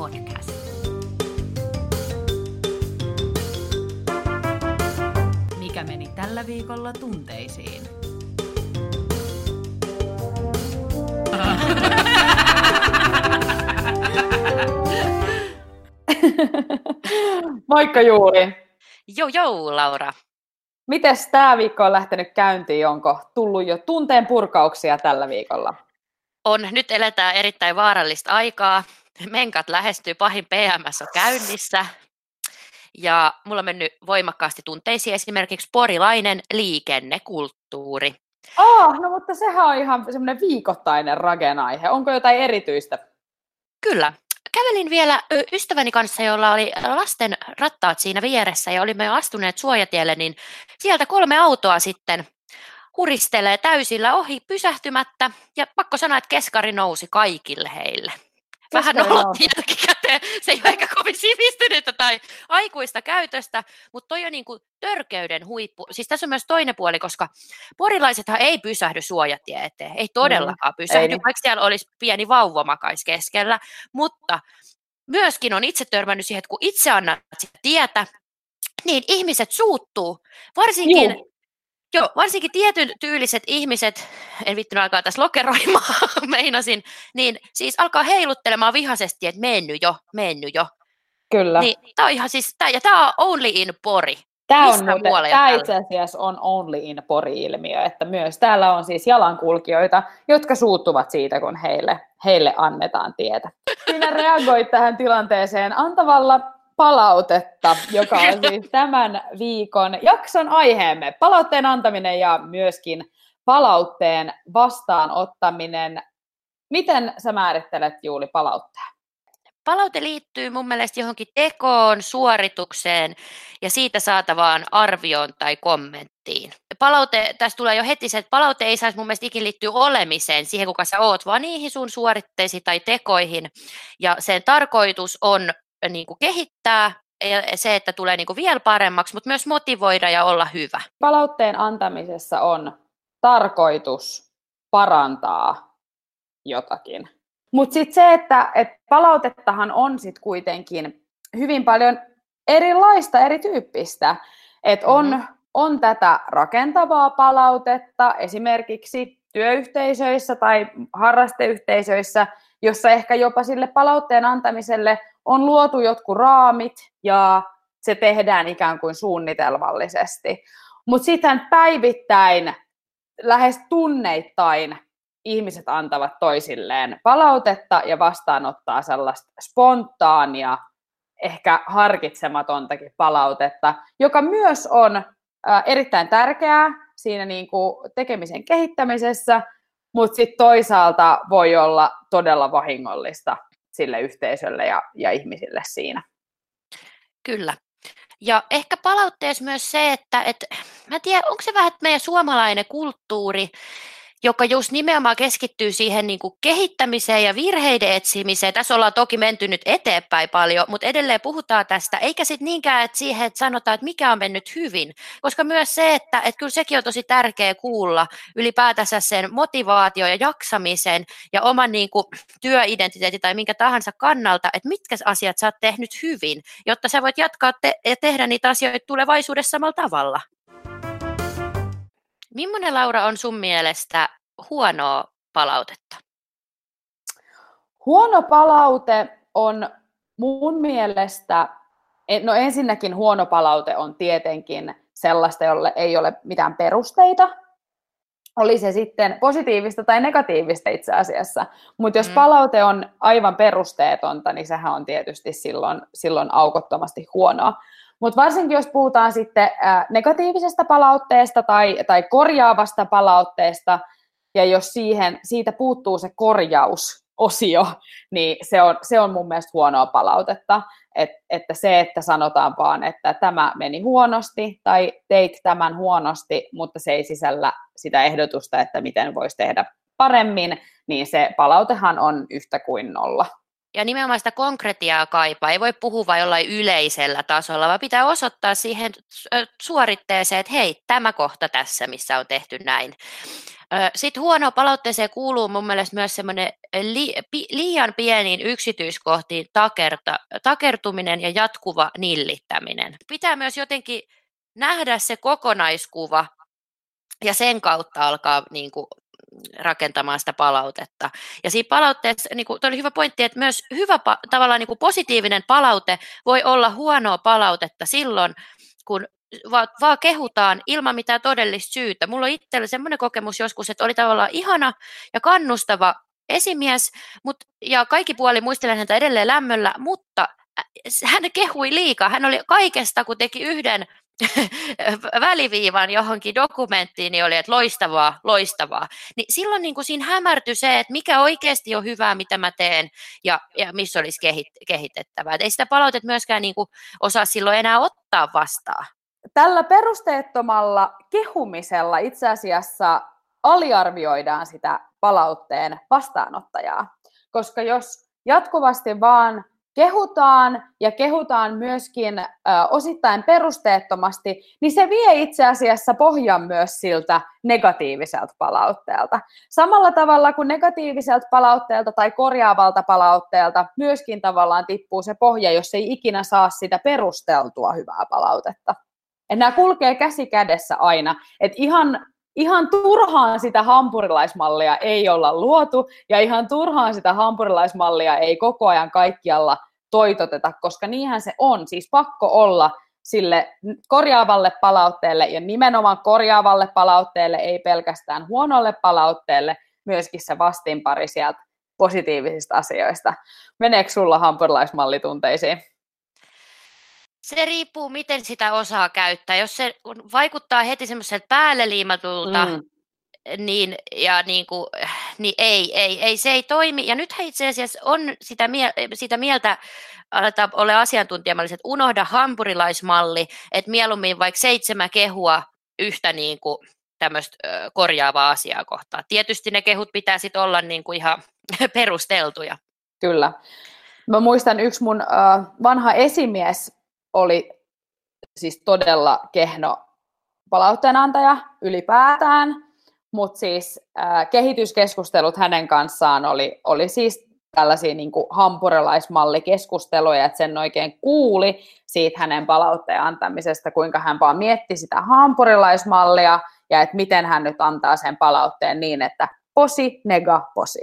podcast. Mikä meni tällä viikolla tunteisiin? Moikka Juuli. Joo, Laura. Mites tämä viikko on lähtenyt käyntiin? Onko tullut jo tunteen purkauksia tällä viikolla? On. Nyt eletään erittäin vaarallista aikaa. Menkat lähestyy, pahin PMS on käynnissä. Ja mulla on mennyt voimakkaasti tunteisiin esimerkiksi porilainen liikennekulttuuri. No mutta sehän on ihan semmoinen viikoittainen ragenaihe. Onko jotain erityistä? Kyllä. Kävelin vielä ystäväni kanssa, jolla oli lasten rattaat siinä vieressä ja olimme jo astuneet suojatielle, niin sieltä 3 autoa sitten huristelee täysillä ohi pysähtymättä ja pakko sanoa, että keskari nousi kaikille heille. Vähän nolotti jälkikäteen, se ei ole ehkä kovin sivistynyttä tai aikuista käytöstä, mutta toi on niin kuin törkeyden huippu. Siis tässä on myös toinen puoli, koska porilaisethan ei pysähdy suojatie eteen, ei todellakaan pysähdy, vaikka siellä olisi pieni vauvamakais keskellä, mutta myöskin on itse törmännyt siihen, että kun itse annat sitä tietä, niin ihmiset suuttuu, varsinkin tietyn tyyliset ihmiset, en vittinyt alkaa tässä lokeroimaan, meinasin, niin siis alkaa heiluttelemaan vihaisesti, että menny jo. Kyllä. Niin, tämä on ihan siis, ja tämä on only in Pori. Tämä itse asiassa on only in Pori-ilmiö, että myös täällä on siis jalankulkijoita, jotka suuttuvat siitä, kun heille annetaan tietä. Sinä reagoit tähän tilanteeseen antavalla palautetta, joka on siis tämän viikon jakson aiheemme. Palautteen antaminen ja myöskin palautteen vastaanottaminen. Miten sä määrittelet, Juuli, palautteen? Palaute liittyy mun mielestä johonkin tekoon, suoritukseen ja siitä saatavaan arvioon tai kommenttiin. Tässä tulee jo heti se, että palaute ei saisi mun mielestä ikin liittyä olemiseen, siihen kuka sä oot, vaan niihin sun suoritteisiin tai tekoihin. Ja sen tarkoitus on niin kuin kehittää ja se, että tulee niin kuin vielä paremmaksi, mutta myös motivoida ja olla hyvä. Palautteen antamisessa on tarkoitus parantaa jotakin. Mutta sitten se, että palautettahan on sitten kuitenkin hyvin paljon erilaista, erityyppistä. Että on tätä rakentavaa palautetta esimerkiksi työyhteisöissä tai harrasteyhteisöissä, jossa ehkä jopa sille palautteen antamiselle on luotu jotkut raamit ja se tehdään ikään kuin suunnitelmallisesti. Mutta sitten päivittäin, lähes tunneittain, ihmiset antavat toisilleen palautetta ja vastaanottaa sellaista spontaania, ehkä harkitsematontakin palautetta, joka myös on erittäin tärkeää siinä niin kuin tekemisen kehittämisessä, mutta sitten toisaalta voi olla todella vahingollista sille yhteisölle ja ihmisille siinä. Kyllä. Ja ehkä palautteessa myös se, että mä en tiedä, onko se vähän meidän suomalainen kulttuuri, joka just nimenomaan keskittyy siihen niin kuin kehittämiseen ja virheiden etsimiseen. Tässä ollaan toki menty nyt eteenpäin paljon, mutta edelleen puhutaan tästä, eikä sitten niinkään että siihen, että sanotaan, että mikä on mennyt hyvin. Koska myös se, että kyllä sekin on tosi tärkeä kuulla ylipäätänsä sen motivaatio ja jaksamisen ja oman niin kuin työidentiteetin tai minkä tahansa kannalta, että mitkä asiat sä oot tehnyt hyvin, jotta sä voit jatkaa ja tehdä niitä asioita tulevaisuudessa samalla tavalla. Millainen, Laura, on sun mielestä huonoa palautetta? Huono palaute on mun mielestä, no ensinnäkin huono palaute on tietenkin sellaista, jolle ei ole mitään perusteita. Oli se sitten positiivista tai negatiivista itse asiassa. Mutta jos palaute on aivan perusteetonta, niin sehän on tietysti silloin aukottomasti huonoa. Mutta varsinkin jos puhutaan sitten negatiivisesta palautteesta tai korjaavasta palautteesta, ja jos siitä puuttuu se korjausosio, niin se on mun mielestä huonoa palautetta. Että se, että sanotaan vaan, että tämä meni huonosti tai teit tämän huonosti, mutta se ei sisällä sitä ehdotusta, että miten voisi tehdä paremmin, niin se palautehan on yhtä kuin nolla. ja nimenomaan sitä konkretiaa kaipaa. Ei voi puhua vain jollain yleisellä tasolla, vaan pitää osoittaa siihen suoritteeseen, että hei, tämä kohta tässä, missä on tehty näin. Sitten huonoa palautteeseen kuuluu mun mielestä myös semmoinen liian pieniin yksityiskohtiin takertuminen ja jatkuva nillittäminen. Pitää myös jotenkin nähdä se kokonaiskuva ja sen kautta alkaa niin kuin rakentamaan sitä palautetta. Ja siinä palautteessa, niin kuin, toi oli hyvä pointti, että myös hyvä tavallaan niin kuin positiivinen palaute voi olla huonoa palautetta silloin, kun vaan kehutaan ilman mitään todellista syytä. Mulla on itsellä semmoinen kokemus joskus, että oli tavallaan ihana ja kannustava esimies, ja kaikki puoli muistelen häntä edelleen lämmöllä, mutta hän kehui liikaa. Hän oli kaikesta, kun teki yhden väliviivan johonkin dokumenttiin, niin oli, että loistavaa, loistavaa. Niin silloin niin kuin siinä hämärtyi se, että mikä oikeasti on hyvää, mitä mä teen, ja missä olisi kehitettävää. Et ei sitä palautetta myöskään niin kuin osaa silloin enää ottaa vastaan. Tällä perusteettomalla kehumisella itse asiassa aliarvioidaan sitä palautteen vastaanottajaa, koska jos jatkuvasti vaan kehutaan myöskin osittain perusteettomasti, niin se vie itse asiassa pohjan myös siltä negatiiviselta palautteelta. Samalla tavalla kuin negatiiviselta palautteelta tai korjaavalta palautteelta myöskin tavallaan tippuu se pohja, jos ei ikinä saa sitä perusteltua hyvää palautetta. Et nämä kulkee käsi kädessä aina. Et ihan turhaan sitä hampurilaismallia ei olla luotu, ja ihan turhaan sitä hampurilaismallia ei koko ajan kaikkialla toitoteta, koska niinhän se on. Siis pakko olla sille korjaavalle palautteelle, ja nimenomaan korjaavalle palautteelle, ei pelkästään huonolle palautteelle, myöskin se vastinpari sieltä positiivisista asioista. Meneekö sulla hampurilaismallitunteisiin? Se riippuu, miten sitä osaa käyttää. Jos se vaikuttaa heti semmoiselta päälle liimatulta, niin ei, se ei toimi. Ja nythän itse asiassa on sitä mieltä, aletaan olla asiantuntijamalliset, että unohda hampurilaismalli, että mieluummin vaikka 7 kehua yhtä niin kuin tämmöistä korjaavaa asiaa kohtaan. Tietysti ne kehut pitää sitten olla niin kuin ihan perusteltuja. Kyllä. Mä muistan, yksi mun vanha esimies oli siis todella kehno palautteenantaja ylipäätään, mutta siis kehityskeskustelut hänen kanssaan oli siis tällaisia niin kuin hampurilaismallikeskusteluja, että sen oikein kuuli siitä hänen palautteen antamisesta, kuinka hän vaan mietti sitä hampurilaismallia ja että miten hän nyt antaa sen palautteen niin, että posi, nega, posi.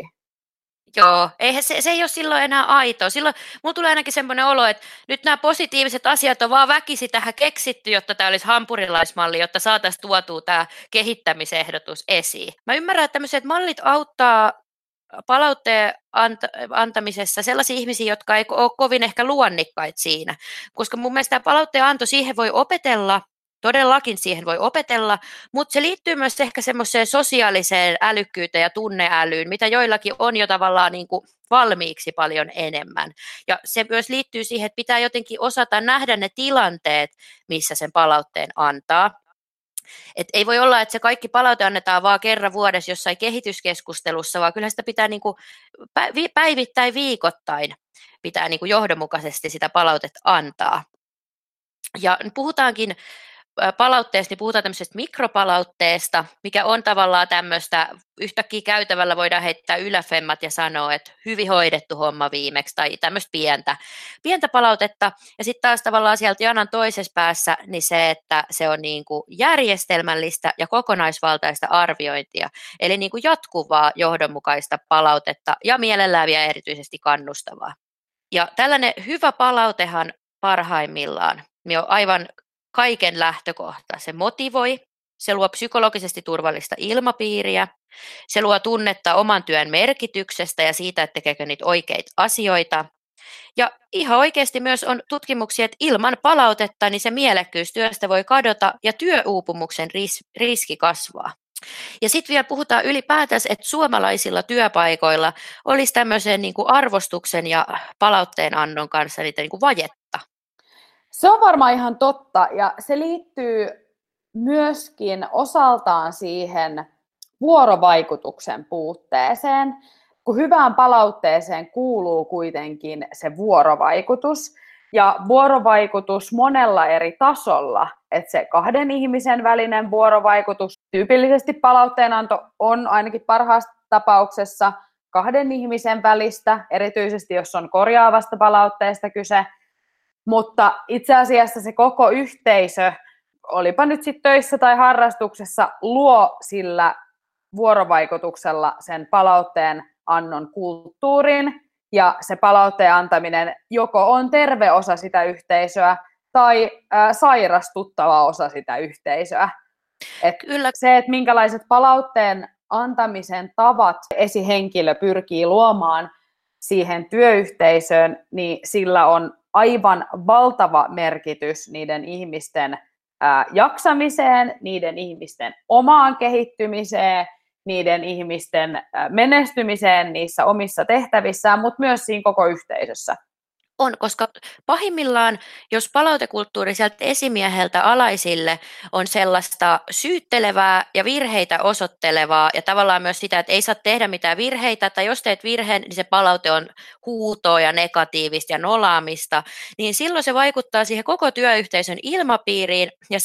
Joo, se ei ole silloin enää aitoa. Silloin mulla tulee ainakin semmoinen olo, että nyt nämä positiiviset asiat on vaan väkisi tähän keksitty, jotta tämä olisi hampurilaismalli, jotta saataisiin tuotua tämä kehittämisehdotus esiin. Mä ymmärrän, että tämmöiset mallit auttaa palautteen antamisessa sellaisia ihmisiä, jotka ei ole kovin ehkä luonnikkaita siinä, koska mun mielestä tämä palautteen anto, siihen voi opetella, todellakin siihen voi opetella, mutta se liittyy myös ehkä semmoiseen sosiaaliseen älykkyyteen ja tunneälyyn, mitä joillakin on jo tavallaan niin kuin valmiiksi paljon enemmän. Ja se myös liittyy siihen, että pitää jotenkin osata nähdä ne tilanteet, missä sen palautteen antaa. Et ei voi olla, että se kaikki palaute annetaan vaan kerran vuodessa jossain kehityskeskustelussa, vaan kyllä sitä pitää niin kuin päivittäin, viikoittain pitää niin kuin johdonmukaisesti sitä palautetta antaa. Ja puhutaankin palautteesta, niin puhutaan tämmöisestä mikropalautteesta, mikä on tavallaan tämmöistä, yhtäkkiä käytävällä voidaan heittää yläfemmat ja sanoa, että hyvin hoidettu homma viimeksi, tai tämmöistä pientä palautetta, ja sitten taas tavallaan sieltä janan toisessa päässä, niin se, että se on niin kuin järjestelmällistä ja kokonaisvaltaista arviointia, eli niin kuin jatkuvaa johdonmukaista palautetta, ja mielellään vielä erityisesti kannustavaa. Ja tällainen hyvä palautehan parhaimmillaan, niin on aivan kaiken lähtökohta. Se motivoi, se luo psykologisesti turvallista ilmapiiriä, se luo tunnetta oman työn merkityksestä ja siitä, että tekeekö niitä oikeita asioita. Ja ihan oikeasti myös on tutkimuksia, että ilman palautetta niin se mielekkyys työstä voi kadota ja työuupumuksen riski kasvaa. Ja sitten vielä puhutaan ylipäätänsä, että suomalaisilla työpaikoilla olisi tämmöisen niin kuin arvostuksen ja palautteen annon kanssa niitä niin kuin vajetta. Se on varmaan ihan totta, ja se liittyy myöskin osaltaan siihen vuorovaikutuksen puutteeseen. kun hyvään palautteeseen kuuluu kuitenkin se vuorovaikutus, ja vuorovaikutus monella eri tasolla, että se kahden ihmisen välinen vuorovaikutus, tyypillisesti palautteenanto on ainakin parhaassa tapauksessa kahden ihmisen välistä, erityisesti jos on korjaavasta palautteesta kyse, mutta itse asiassa se koko yhteisö, olipa nyt sitten töissä tai harrastuksessa, luo sillä vuorovaikutuksella sen palautteen annon kulttuurin, ja se palautteen antaminen joko on terve osa sitä yhteisöä tai sairastuttava osa sitä yhteisöä. Kyllä. Se, että minkälaiset palautteen antamisen tavat esihenkilö pyrkii luomaan siihen työyhteisöön, niin sillä on aivan valtava merkitys niiden ihmisten jaksamiseen, niiden ihmisten omaan kehittymiseen, niiden ihmisten menestymiseen niissä omissa tehtävissään, mutta myös siinä koko yhteisössä. On, koska pahimmillaan, jos palautekulttuuri sieltä esimieheltä alaisille on sellaista syyttelevää ja virheitä osoittelevaa ja tavallaan myös sitä, että ei saa tehdä mitään virheitä, tai jos teet virheen, niin se palaute on huutoa ja negatiivista ja nolaamista, niin silloin se vaikuttaa siihen koko työyhteisön ilmapiiriin ja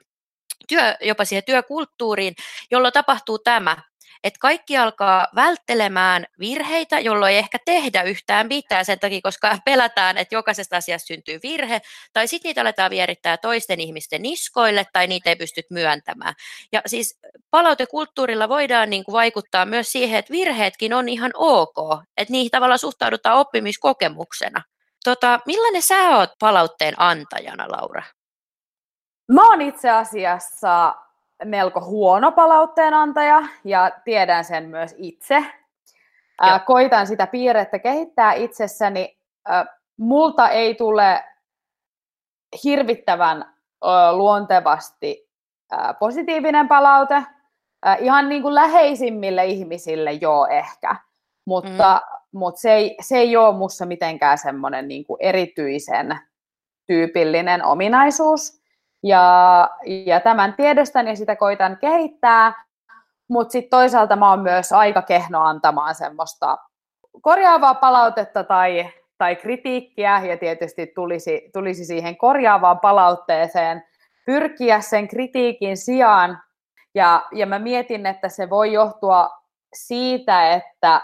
jopa siihen työkulttuuriin, jolloin tapahtuu tämä, että kaikki alkaa välttelemään virheitä, jolloin ei ehkä tehdä yhtään mitään sen takia, koska pelätään, että jokaisesta asiasta syntyy virhe, tai sitten niitä aletaan vierittää toisten ihmisten niskoille, tai niitä ei pysty myöntämään. Ja siis palautekulttuurilla voidaan niin kuin vaikuttaa myös siihen, että virheetkin on ihan ok, että niihin tavallaan suhtaudutaan oppimiskokemuksena. Millainen sä oot palautteen antajana, Laura? Mä oon itse asiassa melko huono palautteen antaja ja tiedän sen myös itse. Koitan sitä piirrettä kehittää itsessäni. Multa ei tule hirvittävän luontevasti positiivinen palaute. Ihan niin kuin läheisimmille ihmisille joo ehkä, mutta se ei ole musta mitenkään semmoinen niin kuin erityisen tyypillinen ominaisuus. Ja tämän tiedostan ja sitä koitan kehittää, mutta sitten toisaalta mä oon myös aika kehno antamaan semmoista korjaavaa palautetta tai kritiikkiä, ja tietysti tulisi siihen korjaavaan palautteeseen pyrkiä sen kritiikin sijaan. Ja mä mietin, että se voi johtua siitä, että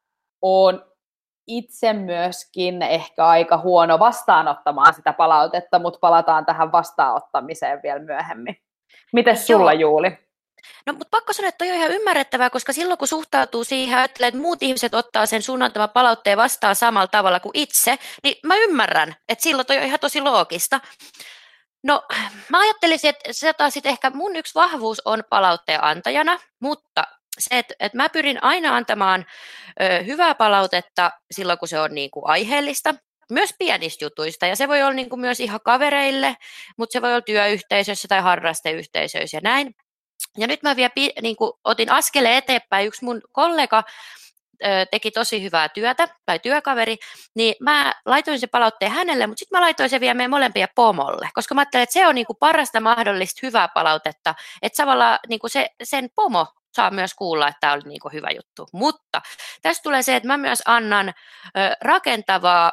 oon itse myöskin ehkä aika huono vastaanottamaan sitä palautetta, mutta palataan tähän vastaanottamiseen vielä myöhemmin. Mites sulla, Juuli? No, mutta pakko sanoa, että toi on ihan ymmärrettävää, koska silloin kun suhtautuu siihen, ajattelee, että muut ihmiset ottaa sen sun antaman palautteen vastaan samalla tavalla kuin itse, niin mä ymmärrän, että silloin toi on ihan tosi loogista. No, mä ajattelisin, että se taas ehkä mun yksi vahvuus on palautteen antajana, mutta se, että mä pyrin aina antamaan hyvää palautetta silloin, kun se on niin kuin aiheellista, myös pienistä jutuista, ja se voi olla niin kuin myös ihan kavereille, mutta se voi olla työyhteisössä tai harrasteyhteisöissä ja näin. Ja nyt mä vielä niin kuin otin askeleen eteenpäin, yksi mun kollega teki tosi hyvää työtä, tai työkaveri, niin mä laitoin sen palautteen hänelle, mutta sitten mä laitoin sen vielä meidän molempia pomolle, koska mä ajattelin, että se on niin kuin parasta mahdollista hyvää palautetta, että tavallaan niin kuin sen pomo saa myös kuulla, että tämä oli niin kuin hyvä juttu. Mutta tässä tulee se, että mä myös annan rakentavaa,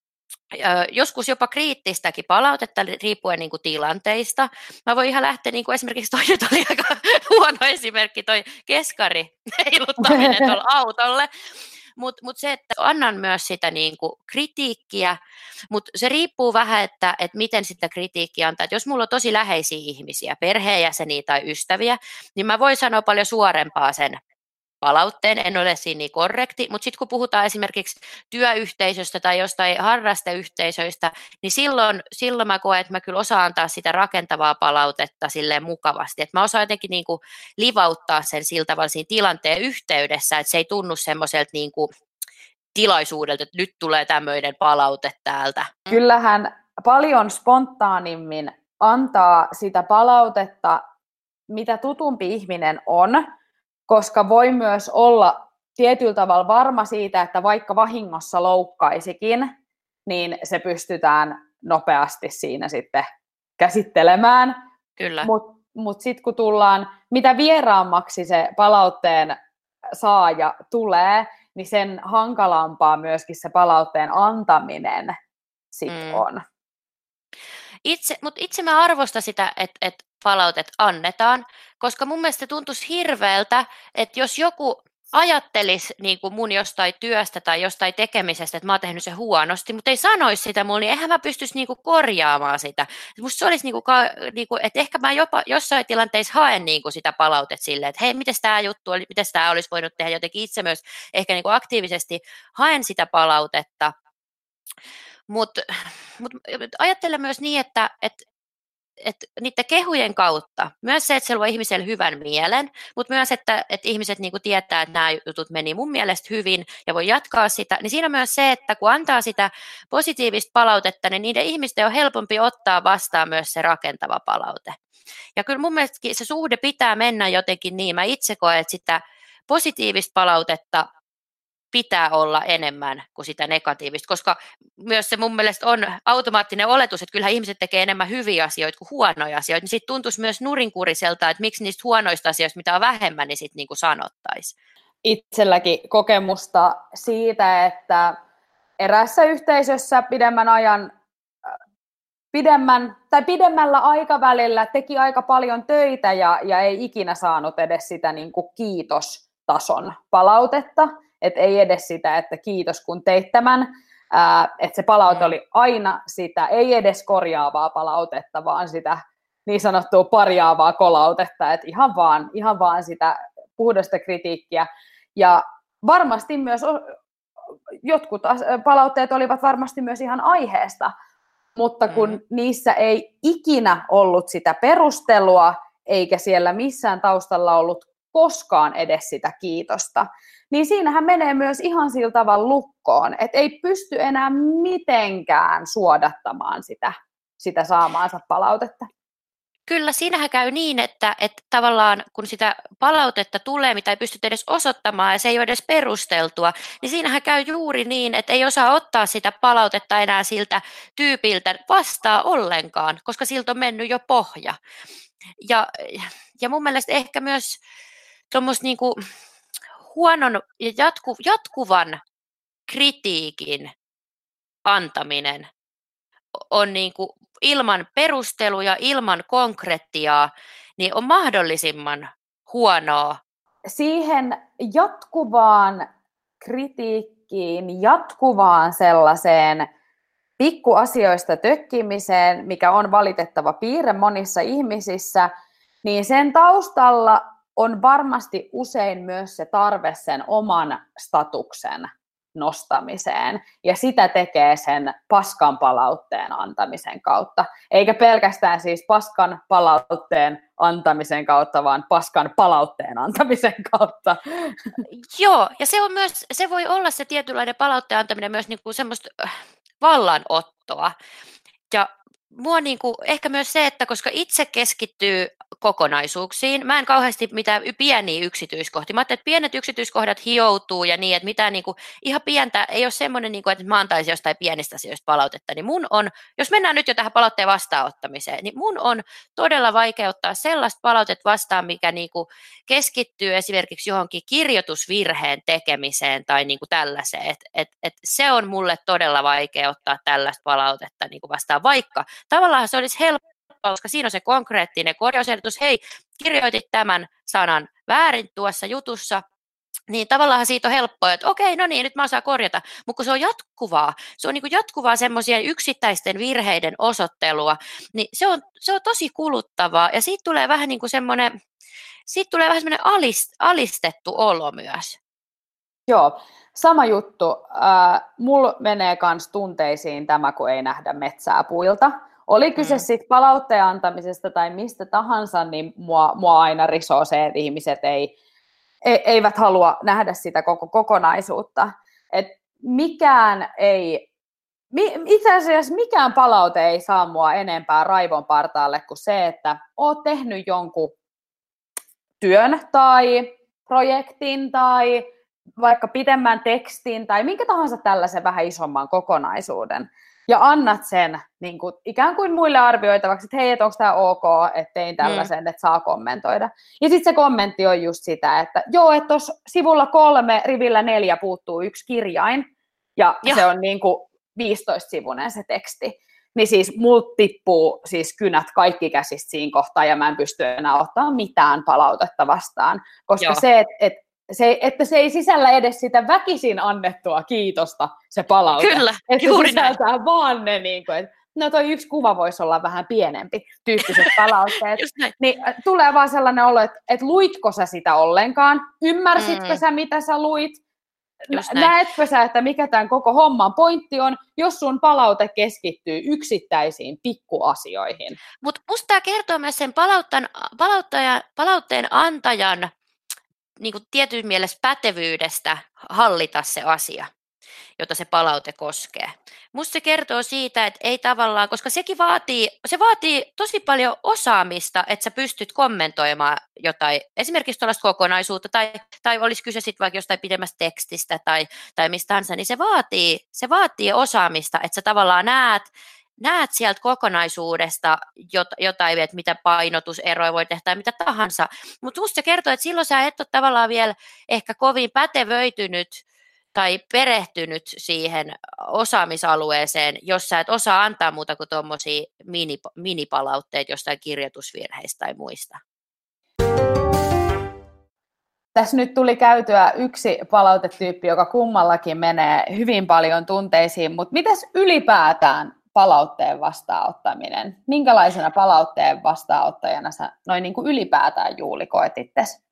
joskus jopa kriittistäkin palautetta riippuen niin kuin tilanteista. Mä voin ihan lähteä, niin kuin esimerkiksi toi nyt oli aika huono esimerkki, toi keskari heiluttaminen tuolla autolle. Mutta se, että annan myös sitä niin kuin kritiikkiä, mutta se riippuu vähän, että miten sitä kritiikkiä antaa. Et jos mulla on tosi läheisiä ihmisiä, perheenjäseniä tai ystäviä, niin mä voin sanoa paljon suorempaa sen palautteen, en ole siinä niin korrekti, mutta sitten kun puhutaan esimerkiksi työyhteisöstä tai jostain harrasteyhteisöistä, niin silloin mä koen, että mä kyllä osaan antaa sitä rakentavaa palautetta silleen mukavasti, että mä osaan jotenkin niin kuin livauttaa sen sillä tavalla siinä tilanteen yhteydessä, että se ei tunnu semmoiselta niin kuin tilaisuudelta, että nyt tulee tämmöinen palaute täältä. Kyllähän paljon spontaanimmin antaa sitä palautetta, mitä tutumpi ihminen on, koska voi myös olla tietyllä tavalla varma siitä, että vaikka vahingossa loukkaisikin, niin se pystytään nopeasti siinä sitten käsittelemään. Kyllä. Mut sitten kun tullaan, mitä vieraammaksi se palautteen saaja tulee, niin sen hankalampaa myöskin se palautteen antaminen sit on. Mutta itse mä arvostan sitä, että palautet annetaan, koska mun mielestä tuntuisi hirveältä, että jos joku ajattelisi niin kuin mun jostain työstä tai jostain tekemisestä, että mä oon tehnyt se huonosti, mutta ei sanoisi sitä mulle, niin eihän mä pystyisi niin kuin korjaamaan sitä. Musta se olisi, että ehkä mä jopa jossain tilanteissa haen niin kuin sitä palautetta silleen, että hei, miten tämä juttu oli, miten tämä olisi voinut tehdä jotenkin itse myös ehkä niin kuin aktiivisesti haen sitä palautetta. Mutta ajattelen myös niin, että niiden kehujen kautta, myös se, että se luo ihmiselle hyvän mielen, mutta myös, että ihmiset niinku tietää, että nämä jutut meni mun mielestä hyvin ja voi jatkaa sitä, niin siinä on myös se, että kun antaa sitä positiivista palautetta, niin niiden ihmisten on helpompi ottaa vastaan myös se rakentava palaute. Ja kyllä mun mielestä se suhde pitää mennä jotenkin niin, mä itse koen, että sitä positiivista palautetta pitää olla enemmän kuin sitä negatiivista, koska myös se mun mielestä on automaattinen oletus, että kyllähän ihmiset tekee enemmän hyviä asioita kuin huonoja asioita, niin sitten tuntuisi myös nurinkuriselta, että miksi niistä huonoista asioista, mitä on vähemmän, niin sitten niin sanottaisiin. Itselläkin kokemusta siitä, että eräässä yhteisössä pidemmällä aikavälillä teki aika paljon töitä ja ei ikinä saanut edes sitä niin kuin kiitostason palautetta. Että ei edes sitä, että kiitos kun teit tämän, että se palaute oli aina sitä, ei edes korjaavaa palautetta, vaan sitä niin sanottua parjaavaa kolautetta, että ihan vaan sitä puhdasta kritiikkiä. Ja varmasti myös jotkut palautteet olivat varmasti myös ihan aiheesta, mutta kun niissä ei ikinä ollut sitä perustelua, eikä siellä missään taustalla ollut koskaan edes sitä kiitosta, niin siinähän menee myös ihan sillä tavalla lukkoon, että ei pysty enää mitenkään suodattamaan sitä saamaansa palautetta. Kyllä, siinähän käy niin, että tavallaan kun sitä palautetta tulee, mitä ei pysty edes osoittamaan ja se ei ole edes perusteltua, niin siinähän käy juuri niin, että ei osaa ottaa sitä palautetta enää siltä tyypiltä vastaan ollenkaan, koska siltä on mennyt jo pohja. Ja mun mielestä ehkä myös tuommoista niinku huonon ja jatkuvan kritiikin antaminen on niinku ilman perusteluja, ilman konkretiaa, niin on mahdollisimman huonoa. Siihen jatkuvaan kritiikkiin, jatkuvaan sellaiseen pikkuasioista tökkimiseen, mikä on valitettava piirre monissa ihmisissä, niin sen taustalla on varmasti usein myös se tarve sen oman statuksen nostamiseen, ja sitä tekee sen paskan palautteen antamisen kautta. Eikä pelkästään siis paskan palautteen antamisen kautta, vaan paskan palautteen antamisen kautta. Joo, ja se voi olla se tietynlainen palautteen antaminen myös niinku semmoista vallanottoa. Ja mua ehkä myös se, että koska itse keskittyy kokonaisuuksiin, mä en kauheasti mitään pieniä yksityiskohtia. Mä ajattelin, että pienet yksityiskohdat hioutuu ja niin, että mitään ihan pientä ei ole semmoinen, että mä antaisin jostain pienistä asioista palautetta. Niin mun on, jos mennään nyt jo tähän palautteen vastaanottamiseen, niin mun on todella vaikea ottaa sellaista palautetta vastaan, mikä keskittyy esimerkiksi johonkin kirjoitusvirheen tekemiseen tai tällaiseen. Et se on mulle todella vaikea ottaa tällaista palautetta vastaan, vaikka tavallaan se olisi helppoa, koska siinä on se konkreettinen korjausehdotus, hei, kirjoitit tämän sanan väärin tuossa jutussa, niin tavallaan siitä on helppoa, että okei, no niin, nyt mä osaan korjata, mutta kun se on jatkuvaa, jatkuvaa semmoisia yksittäisten virheiden osoittelua, niin se on tosi kuluttavaa, ja siitä tulee vähän semmoinen alistettu olo myös. Joo, sama juttu. Mulla menee kans tunteisiin tämä, kun ei nähdä metsää puilta. Oli kyse sitten palautteen antamisesta tai mistä tahansa, niin mua aina risoo se, että ihmiset eivät halua nähdä sitä koko kokonaisuutta. Et itse asiassa mikään palaute ei saa mua enempää raivon partaalle kuin se, että oot tehnyt jonkun työn tai projektin tai vaikka pidemmän tekstin tai minkä tahansa tällaisen vähän isomman kokonaisuuden. ja annat sen niin kuin, ikään kuin muille arvioitavaksi, että hei, että onko tämä ok, että tein tällaisen, että saa kommentoida. Ja sitten se kommentti on just sitä, että joo, että tuossa sivulla 3, rivillä 4 puuttuu yksi kirjain, ja se on niin kuin 15-sivuinen se teksti. Niin siis multa tippuu siis kynät kaikki käsistä siinä kohtaa, ja mä en pysty enää ottaa mitään palautetta vastaan, koska että se ei sisällä edes sitä väkisin annettua kiitosta, se palaute. Kyllä, että juuri se sisältää näin. vaan ne, niin kuin, että no toi yksi kuva voisi olla vähän pienempi, tyyppiset palautteet. Niin tulee vaan sellainen olo, että luitko sä sitä ollenkaan? Ymmärsitkö sä, mitä sä luit? Näetkö sä, että mikä tämän koko homman pointti on, jos sun palaute keskittyy yksittäisiin pikkuasioihin? Mutta musta tämä kertoo myös sen palautteen antajan niin kuin tietyn mielessä pätevyydestä hallita se asia, jota se palaute koskee. Musta se kertoo siitä, että ei tavallaan, koska se vaatii tosi paljon osaamista, että sä pystyt kommentoimaan jotain, esimerkiksi tuollaista kokonaisuutta, tai olisi kyse sitten vaikka jostain pidemmästä tekstistä tai mistä tahansa, niin se vaatii osaamista, että sä tavallaan näet sieltä kokonaisuudesta jotain, että mitä painotuseroja voi tehdä tai mitä tahansa. Mutta musta se kertoo, että silloin sä et ole tavallaan vielä ehkä kovin pätevöitynyt tai perehtynyt siihen osaamisalueeseen, jos sä et osaa antaa muuta kuin tuommoisia minipalautteita jostain kirjoitusvirheistä tai muista. Tässä nyt tuli käytyä yksi palautetyyppi, joka kummallakin menee hyvin paljon tunteisiin, mutta mitäs ylipäätään palautteen vastaanottaminen? Minkälaisena palautteen vastaanottajana sä noin niin kuin ylipäätään, Juuli, koet itsesi?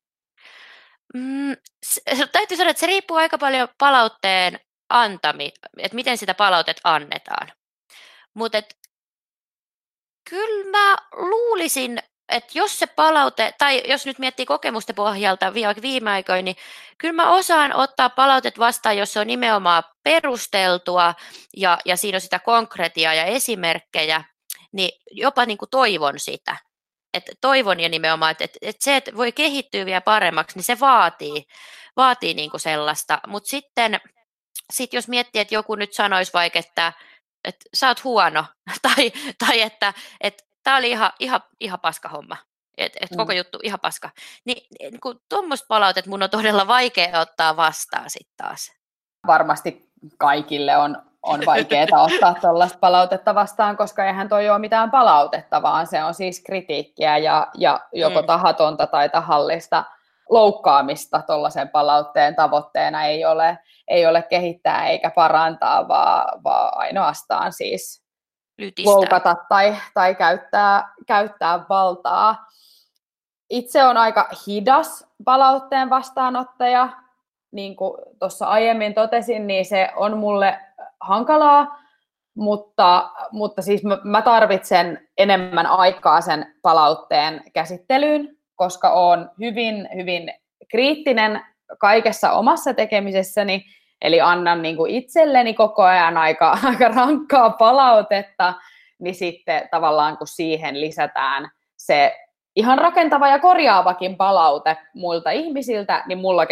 Täytyy sanoa, että se riippuu aika paljon palautteen että miten sitä palautetta annetaan. Mutta kyllä mä luulisin, että jos se palaute, tai jos nyt miettii kokemusten pohjalta viime aikoina, niin kyllä mä osaan ottaa palautet vastaan, jos se on nimenomaan perusteltua ja siinä on sitä konkretiaa ja esimerkkejä, niin jopa niin kuin toivon sitä. Että toivon ja nimenomaan, että se, että voi kehittyä vielä paremmaksi, niin se vaatii niin kuin sellaista. Mutta sitten jos miettii, että joku nyt sanoisi vaikka, että sä oot huono, tai että tämä oli ihan paska homma, että koko juttu ihan paska, niin tuommoista palautet mun on todella vaikea ottaa vastaan sitten taas. Varmasti kaikille on vaikeaa ottaa tuollaista palautetta vastaan, koska eihän toi ole mitään palautetta, vaan se on siis kritiikkiä ja joko tahatonta tai tahallista loukkaamista tuollaisen palautteen tavoitteena ei ole kehittää eikä parantaa, vaan ainoastaan siis lytistää, loukata tai käyttää valtaa. Itse on aika hidas palautteen vastaanottaja. Niin kuin tuossa aiemmin totesin, niin se on mulle hankalaa, mutta siis mä tarvitsen enemmän aikaa sen palautteen käsittelyyn, koska olen hyvin, hyvin kriittinen kaikessa omassa tekemisessäni, eli annan niin kuin itselleni koko ajan aika rankkaa palautetta, niin sitten tavallaan kun siihen lisätään se ihan rakentava ja korjaavakin palaute muilta ihmisiltä, niin mulla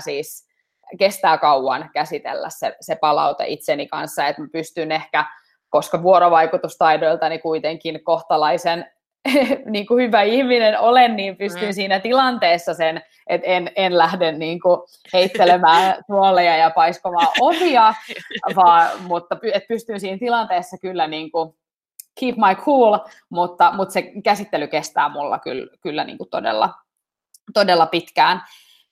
kestää kauan käsitellä se palaute itseni kanssa, että mä pystyn ehkä, koska vuorovaikutustaidoiltani kuitenkin kohtalaisen niin kuin hyvä ihminen olen, niin pystyn siinä tilanteessa sen, että en lähde niin kuin heittelemään tuoleja ja paiskomaan ovia, mutta pystyn siinä tilanteessa kyllä niin kuin keep my cool, mutta se käsittely kestää mulla kyllä niin kuin todella pitkään.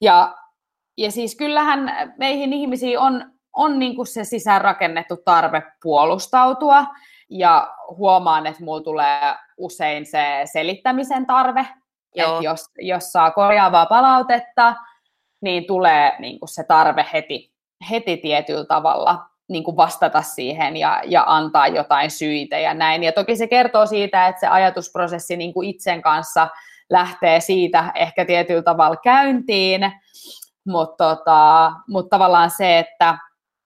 Ja siis kyllähän meihin ihmisiin on niin kuin se sisäänrakennettu tarve puolustautua, ja huomaan, että mulla tulee usein se selittämisen tarve, että jos saa korjaavaa palautetta, niin tulee niin kuin se tarve heti tietyllä tavalla niin kuin vastata siihen ja antaa jotain syitä ja näin. Ja toki se kertoo siitä, että se ajatusprosessi niin kuin itsen kanssa lähtee siitä ehkä tietyllä tavalla käyntiin, mutta tavallaan se, että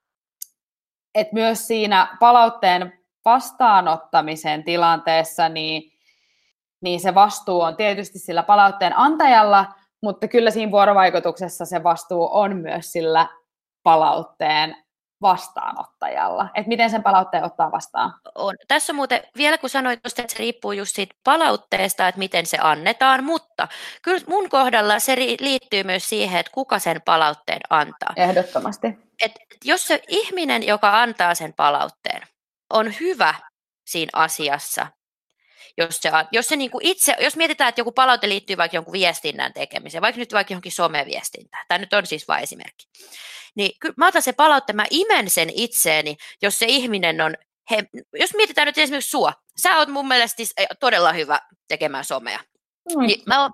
myös siinä palautteen vastaanottamisen tilanteessa, niin se vastuu on tietysti sillä palautteen antajalla, mutta kyllä siinä vuorovaikutuksessa se vastuu on myös sillä palautteen vastaanottajalla, että miten sen palautteen ottaa vastaan? On. Tässä muuten, vielä kun sanoit, että se riippuu just siitä palautteesta, että miten se annetaan, mutta kyllä mun kohdalla se liittyy myös siihen, että kuka sen palautteen antaa. Ehdottomasti. Et jos se ihminen, joka antaa sen palautteen, on hyvä siinä asiassa, jos mietitään, että joku palaute liittyy vaikka jonkun viestinnän tekemiseen, vaikka nyt vaikka johonkin someviestintään, tämä nyt on siis vain esimerkki, niin kyllä mä otan se palaute, mä imen sen itseeni, jos se ihminen on, jos mietitään nyt esimerkiksi sua, sä oot mun mielestä todella hyvä tekemään somea. Niin mä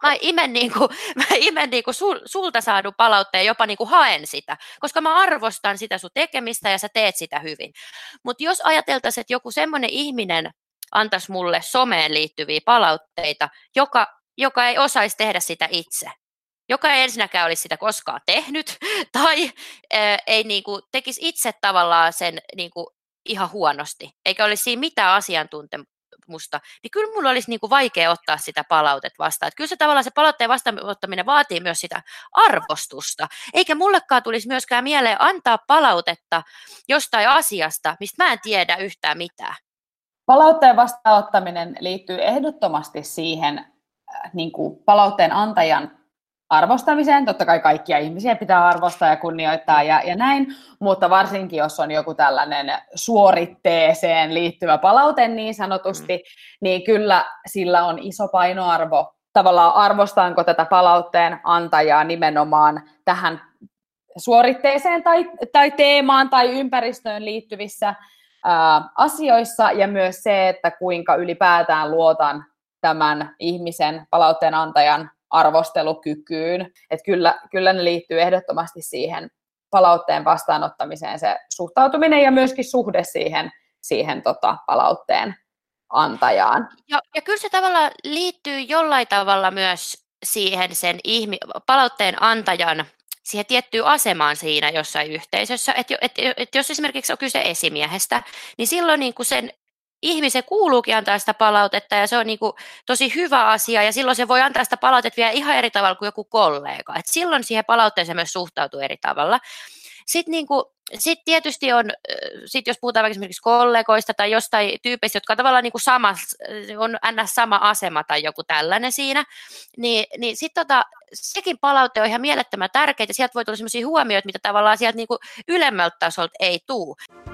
imen sulta saadun palautteen, jopa haen sitä, koska mä arvostan sitä sun tekemistä ja sä teet sitä hyvin. Mutta jos ajateltaisiin, että joku semmoinen ihminen antaisi mulle someen liittyviä palautteita, joka ei osaisi tehdä sitä itse, joka ei ensinnäkään olisi sitä koskaan tehnyt, tai ei tekisi itse tavallaan sen ihan huonosti, eikä olisi siinä mitään asiantuntemusta, niin kyllä mulla olisi vaikea ottaa sitä palautetta vastaan. Että kyllä se tavallaan se palautteen vastaanottaminen vaatii myös sitä arvostusta, eikä mullekaan tulisi myöskään mieleen antaa palautetta jostain asiasta, mistä mä en tiedä yhtään mitään. Palautteen vastaanottaminen liittyy ehdottomasti siihen palautteen antajan arvostamiseen. Totta kai kaikkia ihmisiä pitää arvostaa ja kunnioittaa ja näin, mutta varsinkin jos on joku tällainen suoritteeseen liittyvä palaute niin sanotusti, niin kyllä sillä on iso painoarvo. Tavallaan arvostaanko tätä palautteen antajaa nimenomaan tähän suoritteeseen tai teemaan tai ympäristöön liittyvissä asioissa ja myös se, että kuinka ylipäätään luotan tämän ihmisen palautteen antajan arvostelukykyyn. Että kyllä ne liittyy ehdottomasti siihen palautteen vastaanottamiseen se suhtautuminen ja myöskin suhde siihen palautteen antajaan. Ja kyllä se tavallaan liittyy jollain tavalla myös siihen sen palautteen antajan siihen tiettyyn asemaan siinä jossain yhteisössä, että jos esimerkiksi on kyse esimiehestä, niin silloin sen ihmisen kuuluukin antaa sitä palautetta ja se on tosi hyvä asia ja silloin se voi antaa sitä palautetta vielä ihan eri tavalla kuin joku kollega. Et silloin siihen palautteeseen myös suhtautuu eri tavalla. Sitten tietysti jos puhutaan vaikka esimerkiksi kollegoista tai jostain tyypeistä, jotka on tavallaan on ns. Sama asema tai joku tällainen siinä, niin sitten sekin palaute on ihan mielettömän tärkeää ja sieltä voi tulla sellaisia huomioita, mitä tavallaan sieltä ylemmältä tasolta ei tule.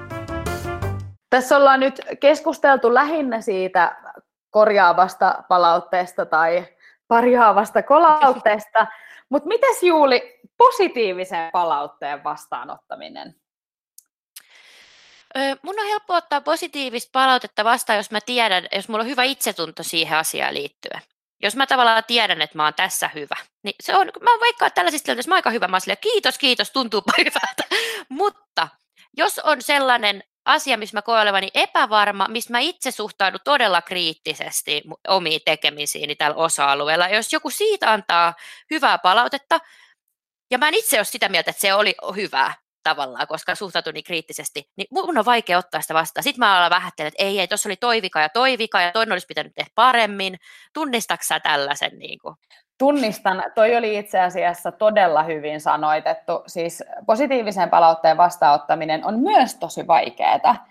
Tässä ollaan nyt keskusteltu lähinnä siitä korjaavasta palautteesta tai parjaavasta kolautteesta, mutta mites Juuli positiivisen palautteen vastaanottaminen? Mun on helppo ottaa positiivista palautetta vastaan, jos mulla on hyvä itsetunto siihen asiaan liittyen. Jos mä tavallaan tiedän, että mä oon tässä hyvä, niin mä oon vaikka tällaisissa tilanteissa mä oon aika hyvä, mä oon silleen, kiitos, tuntuupa hyvältä. Mutta jos on sellainen asia, missä mä koen olevani epävarma, missä mä itse suhtaudun todella kriittisesti omiin tekemisiini tällä osa-alueella. Jos joku siitä antaa hyvää palautetta, ja mä en itse ole sitä mieltä, että se oli hyvää tavallaan, koska suhtautui niin kriittisesti, niin mun on vaikea ottaa sitä vastaan. Sitten mä alan vähättelen, että ei, tuossa oli toivika ja toinen olisi pitänyt tehdä paremmin. Tunnistatko sä tällaisen? Tunnistan, toi oli itse asiassa todella hyvin sanoitettu. Siis positiivisen palautteen vastaanottaminen on myös tosi vaikeaa.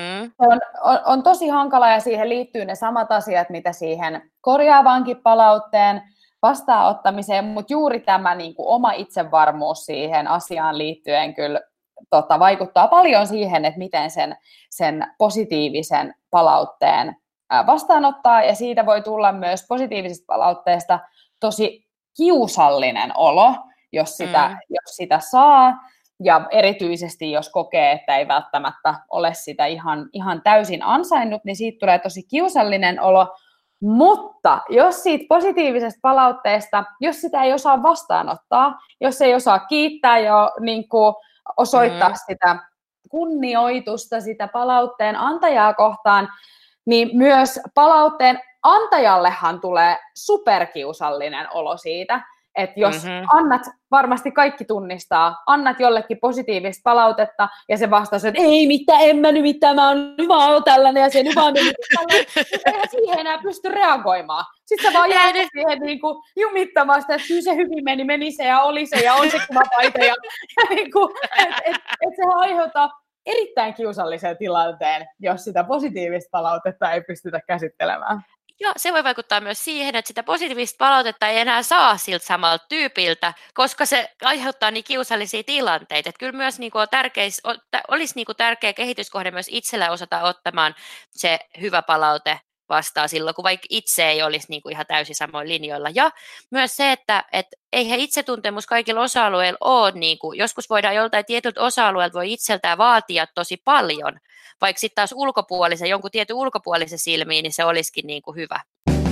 On tosi hankala ja siihen liittyy ne samat asiat, mitä siihen korjaavankin palautteen vastaanottamiseen, mutta juuri tämä oma itsevarmuus siihen asiaan liittyen kyllä vaikuttaa paljon siihen, että miten sen positiivisen palautteen vastaanottaa ja siitä voi tulla myös positiivisesta palautteesta tosi kiusallinen olo, jos sitä saa, ja erityisesti jos kokee, että ei välttämättä ole sitä ihan täysin ansainnut, niin siitä tulee tosi kiusallinen olo, mutta jos siitä positiivisesta palautteesta, jos sitä ei osaa vastaanottaa, jos ei osaa kiittää ja osoittaa sitä kunnioitusta sitä palautteen antajaa kohtaan, niin myös palautteen antajallehan tulee superkiusallinen olo siitä, että jos annat, varmasti kaikki tunnistaa, annat jollekin positiivista palautetta ja se vastaus, että ei mitään, en mä nyt mitään, mä oon tällainen ja se nyt vaan tällainen, eihän siihen enää pysty reagoimaan. Sitten sä vaan jää siihen jumittamasta, että kyllä se hyvin meni se ja oli se kiva paita ja et sehän aiheuttaa erittäin kiusallisen tilanteen, jos sitä positiivista palautetta ei pystytä käsittelemään. Joo, se voi vaikuttaa myös siihen, että sitä positiivista palautetta ei enää saa siltä samalta tyypiltä, koska se aiheuttaa niin kiusallisia tilanteita. Että kyllä myös niin kuin olisi niin kuin tärkeä kehityskohde myös itsellä osata ottamaan se hyvä palaute vastaan silloin, kun vaikka itse ei olisi niin kuin ihan täysin samoin linjoilla. Ja myös se, että eihän itsetuntemus kaikilla osa-alueilla ole, niin kuin, joskus voidaan joltain tietyltä osa-alueelta voi itseltään vaatia tosi paljon, vaikka sitten taas jonkun tietyn ulkopuolisen silmiin, niin se olisikin niin kuin hyvä.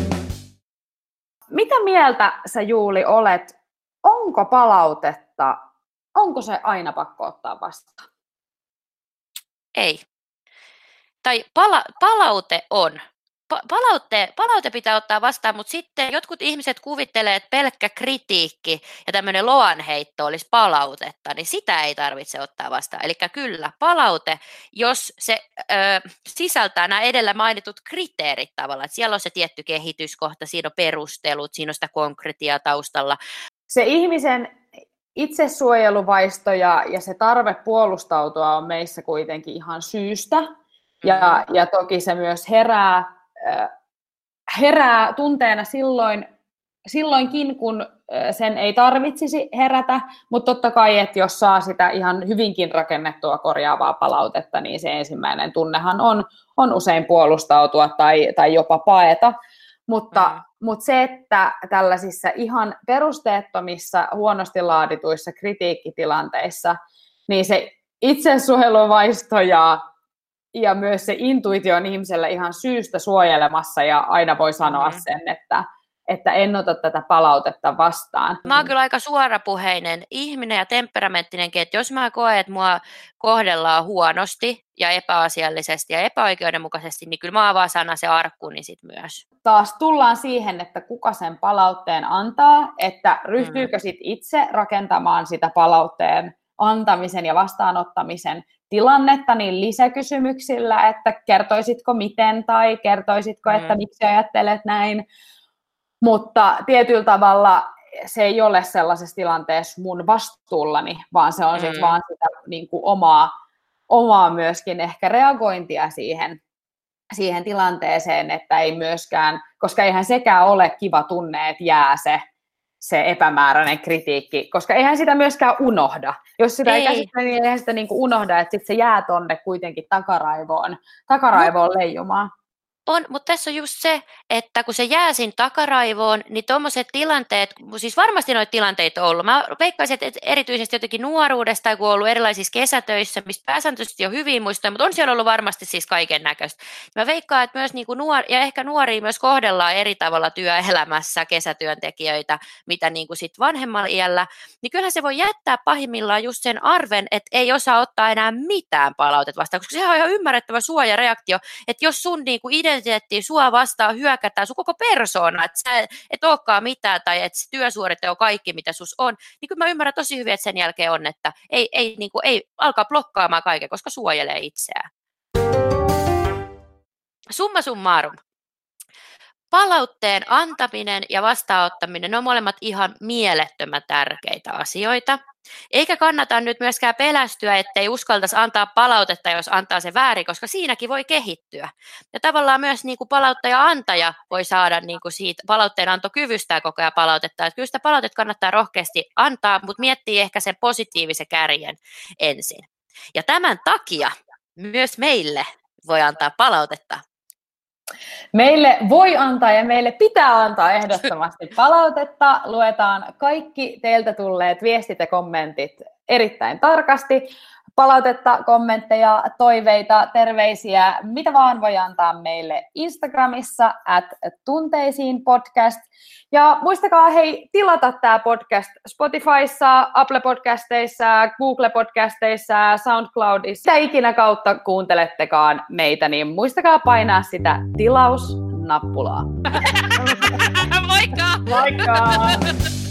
Mitä mieltä sä, Juuli, olet? Onko palautetta, onko se aina pakko ottaa vastaan? Ei. Tai palaute on. Palaute pitää ottaa vastaan, mutta sitten jotkut ihmiset kuvittelee, että pelkkä kritiikki ja tämmöinen loanheitto olisi palautetta, niin sitä ei tarvitse ottaa vastaan. Eli kyllä, palaute, jos se sisältää nämä edellä mainitut kriteerit tavallaan, että siellä on se tietty kehityskohta, siinä on perustelut, siinä on sitä konkretiaa taustalla. Se ihmisen itsesuojeluvaisto ja se tarve puolustautua on meissä kuitenkin ihan syystä. Ja toki se myös herää tunteena silloinkin, kun sen ei tarvitsisi herätä, mutta totta kai, että jos saa sitä ihan hyvinkin rakennettua korjaavaa palautetta, niin se ensimmäinen tunnehan on usein puolustautua tai jopa paeta, mutta se, että tällaisissa ihan perusteettomissa, huonosti laadituissa kritiikkitilanteissa, niin se itsesuojeluvaisto ja myös se intuitio on ihmisellä ihan syystä suojelemassa ja aina voi sanoa sen, että en ota tätä palautetta vastaan. Mä oon kyllä aika suorapuheinen ihminen ja temperamenttinenkin, että jos mä koen, että mua kohdellaan huonosti ja epäasiallisesti ja epäoikeudenmukaisesti, niin kyllä mä vaan sanan se arkkuni sit myös. Taas tullaan siihen, että kuka sen palautteen antaa, että ryhtyykö sit itse rakentamaan sitä palautteen antamisen ja vastaanottamisen tilannetta niin lisäkysymyksillä, että kertoisitko miten tai kertoisitko, että miksi ajattelet näin. Mutta tietyllä tavalla se ei ole sellaisessa tilanteessa mun vastuullani, vaan se on sitten vaan sitä niin kuin omaa myöskin ehkä reagointia siihen tilanteeseen, että ei myöskään, koska eihän sekään ole kiva tunne, että jää se epämääräinen kritiikki, koska eihän sitä myöskään unohda. Jos sitä ei käsittele, niin eihän sitä niin kuin unohda, että sitten se jää tonne kuitenkin takaraivoon leijumaan. On, mutta tässä on just se, että kun se jää sinne takaraivoon, niin tuommoiset tilanteet, siis varmasti noita tilanteita on ollut. Mä veikkaisin, että erityisesti jotenkin nuoruudesta, kun on ollut erilaisissa kesätöissä, mistä pääsääntöisesti on hyvin muistoja, mutta on siellä ollut varmasti siis kaiken näköistä. Mä veikkaan, että myös niinku ja ehkä nuoria myös kohdellaan eri tavalla työelämässä kesätyöntekijöitä, mitä niinku sit vanhemmalla iällä, niin kyllähän se voi jättää pahimmillaan just sen arven, että ei osaa ottaa enää mitään palautetta vastaan, koska se on ihan ymmärrettävä suojareaktio, että jos sun niinku identiteettiin sua vastaan hyökätään sun koko persoona, että sä et olekaan mitään tai että se työsuorite on kaikki, mitä sus on, niin kyllä mä ymmärrän tosi hyvin, että sen jälkeen on, että ei alkaa blokkaamaan kaiken, koska suojelee itseään. Summa summarum. Palautteen antaminen ja vastaanottaminen, ne on molemmat ihan mielettömän tärkeitä asioita. Eikä kannata nyt myöskään pelästyä, ettei uskaltaisi antaa palautetta, jos antaa se väärin, koska siinäkin voi kehittyä. Ja tavallaan myös niin kuin palauttaja-antaja voi saada niin kuin siitä palautteen antokyvystä koko ajan palautetta. Että kyllä sitä palautetta kannattaa rohkeasti antaa, mutta miettii ehkä sen positiivisen kärjen ensin. Ja tämän takia myös meille voi antaa palautetta. Meille voi antaa ja meille pitää antaa ehdottomasti palautetta. Luetaan kaikki teiltä tulleet viestit ja kommentit erittäin tarkasti. Palautetta, kommentteja, toiveita, terveisiä, mitä vaan voi antaa meille Instagramissa @tunteisiinpodcast. Ja muistakaa tilata tämä podcast Spotifyssa, Apple Podcasteissa, Google Podcasteissa, SoundCloudissa. Mitä ikinä kautta kuuntelettekaan meitä, niin muistakaa painaa sitä tilausnappulaa. Moikka! Moikka!